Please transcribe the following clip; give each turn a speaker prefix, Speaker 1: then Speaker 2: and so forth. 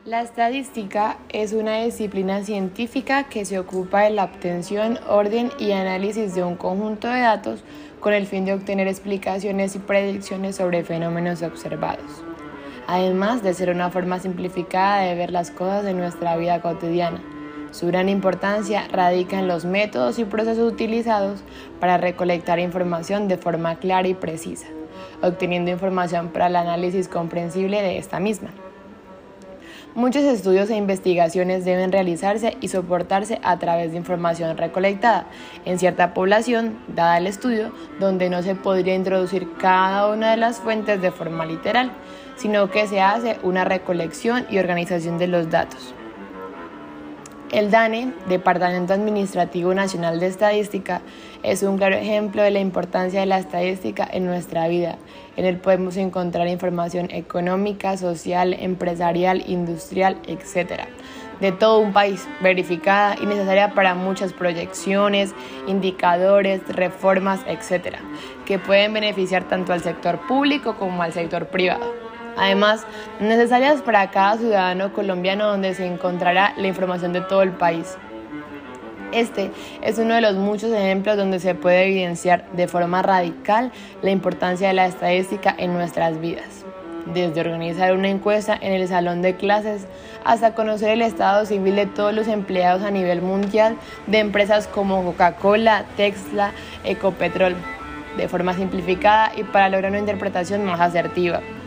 Speaker 1: La estadística es una disciplina científica que se ocupa de la obtención, orden y análisis de un conjunto de datos con el fin de obtener explicaciones y predicciones sobre fenómenos observados, además de ser una forma simplificada de ver las cosas en nuestra vida cotidiana. Su gran importancia radica en los métodos y procesos utilizados para recolectar información de forma clara y precisa, obteniendo información para el análisis comprensible de esta misma. Muchos estudios e investigaciones deben realizarse y soportarse a través de información recolectada en cierta población, dada el estudio, donde no se podría introducir cada una de las fuentes de forma literal, sino que se hace una recolección y organización de los datos. El DANE, Departamento Administrativo Nacional de Estadística, es un claro ejemplo de la importancia de la estadística en nuestra vida. En él podemos encontrar información económica, social, empresarial, industrial, etc., de todo un país, verificada y necesaria para muchas proyecciones, indicadores, reformas, etc., que pueden beneficiar tanto al sector público como al sector privado. Además, necesarias para cada ciudadano colombiano, donde se encontrará la información de todo el país. Este es uno de los muchos ejemplos donde se puede evidenciar de forma radical la importancia de la estadística en nuestras vidas. Desde organizar una encuesta en el salón de clases hasta conocer el estado civil de todos los empleados a nivel mundial de empresas como Coca-Cola, Tesla, Ecopetrol, de forma simplificada y para lograr una interpretación más asertiva.